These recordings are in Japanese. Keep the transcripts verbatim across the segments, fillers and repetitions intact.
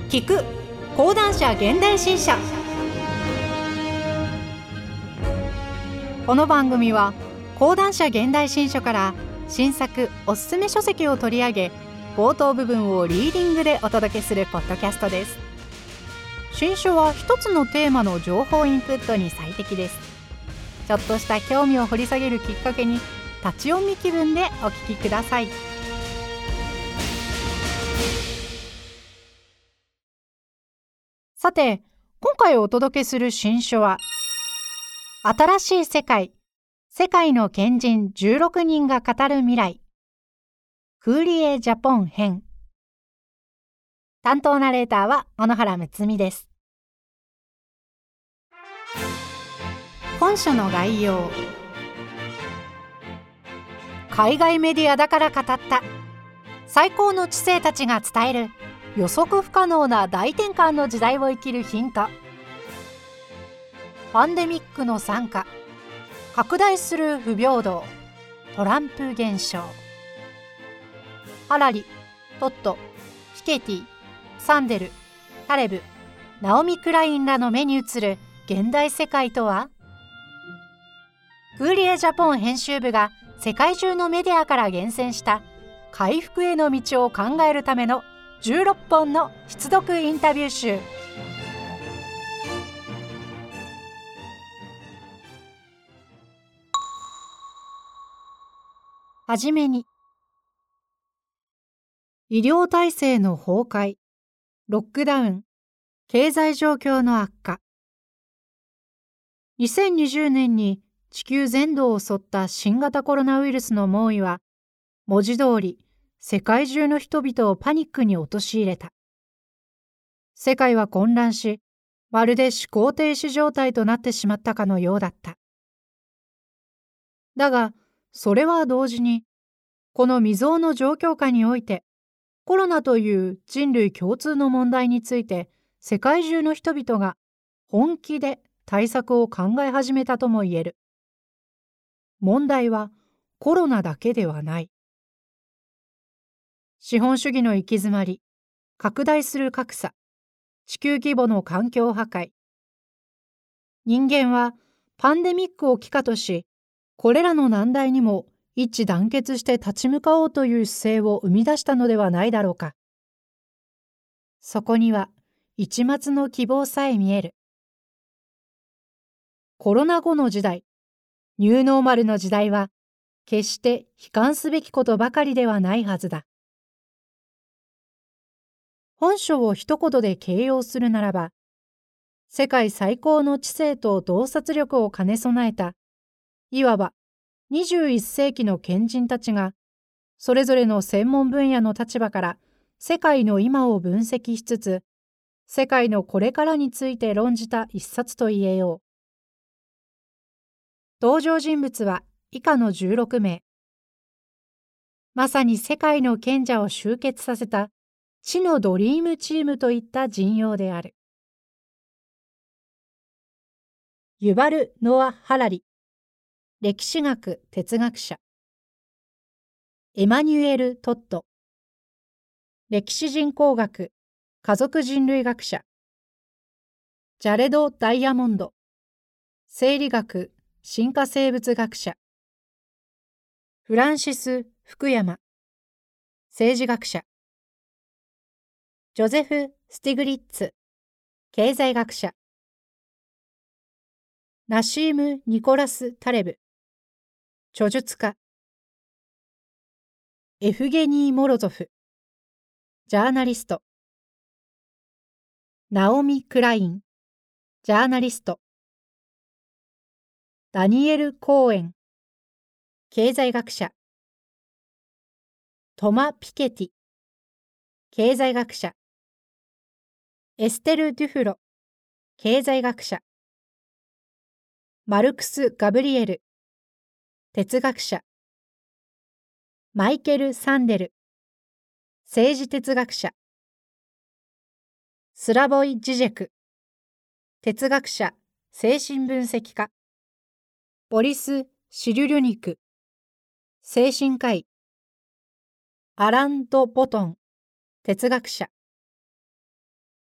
聞く講談社現代新書。この番組は講談社現代新書から新作おすすめ書籍を取り上げ、冒頭部分をリーディングでお届けするポッドキャストです。新書は一つのテーマの情報インプットに最適です。ちょっとした興味を掘り下げるきっかけに、立ち読み気分でお聞きください。さて、今回お届けする新書は、新しい世界、世界の賢人じゅうろくにんが語る未来、クーリエジャポン編。担当ナレーターは小野原睦美です。本書の概要。海外メディアだから語った最高の知性たちが伝える予測不可能な大転換の時代を生きるヒント。パンデミックの惨禍、拡大する不平等、トランプ現象。ハラリ、トット、ピケティ、サンデル、タレブ、ナオミ・クラインらの目に映る現代世界とは。クーリエジャポン編集部が世界中のメディアから厳選した回復への道を考えるためのじゅうろっぽんの必読インタビュー集。はじめに、医療体制の崩壊、ロックダウン、経済状況の悪化。にせんにじゅうねんに地球全土を襲った新型コロナウイルスの猛威は、文字通り世界中の人々をパニックに陥れた。世界は混乱し、まるで思考停止状態となってしまったかのようだった。だが、それは同時に、この未曾有の状況下において、コロナという人類共通の問題について、世界中の人々が本気で対策を考え始めたとも言える。問題はコロナだけではない。資本主義の行き詰まり、拡大する格差、地球規模の環境破壊。人間はパンデミックを奇貨とし、これらの難題にも一致団結して立ち向かおうという姿勢を生み出したのではないだろうか。そこには一抹の希望さえ見える。コロナ後の時代、ニューノーマルの時代は、決して悲観すべきことばかりではないはずだ。本書を一言で形容するならば、世界最高の知性と洞察力を兼ね備えた、いわばにじゅういっせいきの賢人たちが、それぞれの専門分野の立場から世界の今を分析しつつ、世界のこれからについて論じた一冊と言えよう。登場人物は以下のじゅうろくめい。まさに世界の賢者を集結させた知のドリームチームといった陣容である。ユバル・ノア・ハラリ、歴史学哲学者。エマニュエル・トット、歴史人口学家族人類学者。ジャレド・ダイヤモンド、生理学進化生物学者。フランシス・フクヤマ、政治学者。ジョゼフ・スティグリッツ、経済学者。ナシーム・ニコラス・タレブ、著述家。エフゲニー・モロゾフ、ジャーナリスト。ナオミ・クライン、ジャーナリスト。ダニエル・コーエン、経済学者。トマ・ピケティ、経済学者。エステル・デュフロ、経済学者。マルクス・ガブリエル、哲学者。マイケル・サンデル、政治哲学者。スラボイ・ジジェク、哲学者、精神分析家。ボリス・シリュリュニク、精神科医。アラン・ド・ボトン、哲学者。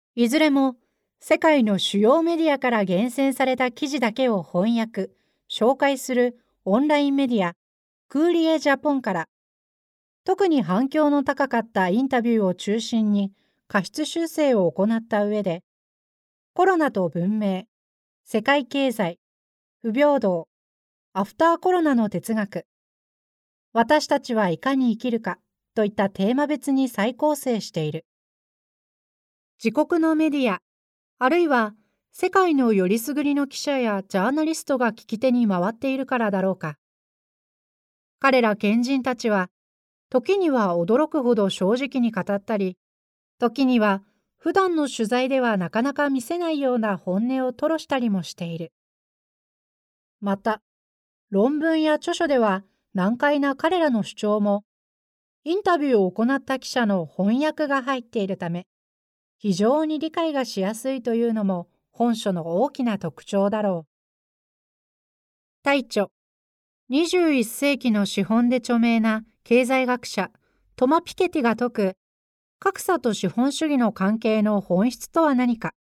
いずれも世界の主要メディアから厳選された記事だけを翻訳、紹介するオンラインメディアクーリエジャポンから、特に反響の高かったインタビューを中心に過失修正を行った上で、コロナと文明、世界経済、不平等、アフターコロナの哲学、私たちはいかに生きるかといったテーマ別に再構成している。自国のメディア、あるいは世界のよりすぐりの記者やジャーナリストが聞き手に回っているからだろうか。彼ら賢人たちは、時には驚くほど正直に語ったり、時には普段の取材ではなかなか見せないような本音を吐露したりもしている。また、論文や著書では難解な彼らの主張も、インタビューを行った記者の翻訳が入っているため、非常に理解がしやすいというのも本書の大きな特徴だろう。大著、にじゅういっ世紀の資本で著名な経済学者トマ・ピケティが説く格差と資本主義の関係の本質とは何か。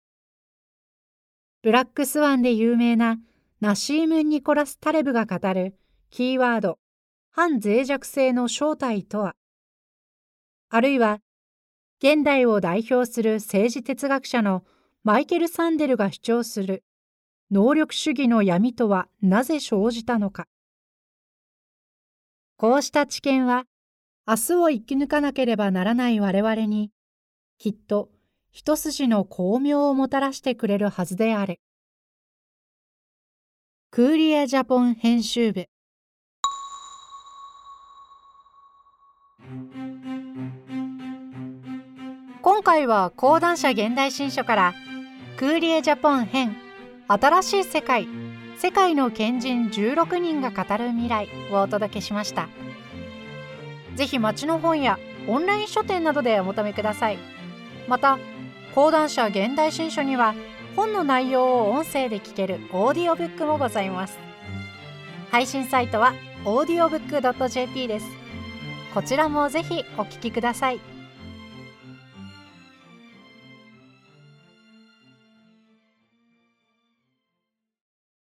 ブラックスワンで有名なナシーム・ニコラス・タレブが語るキーワード、反脆弱性の正体とは。あるいは、現代を代表する政治哲学者のマイケル・サンデルが主張する能力主義の闇とはなぜ生じたのか。こうした知見は、明日を生き抜かなければならない我々に、きっと一筋の光明をもたらしてくれるはずである。クーリエジャポン編集部。今回は講談社現代新書からクーリエジャポン編新しい世界世界の賢人じゅうろくにんが語る未来をお届けしました。ぜひ町の本やオンライン書店などでお求めください。また講談社現代新書には本の内容を音声で聞けるオーディオブックもございます。配信サイトはオーディオブックドットジェーピー です。こちらもぜひお聞きください。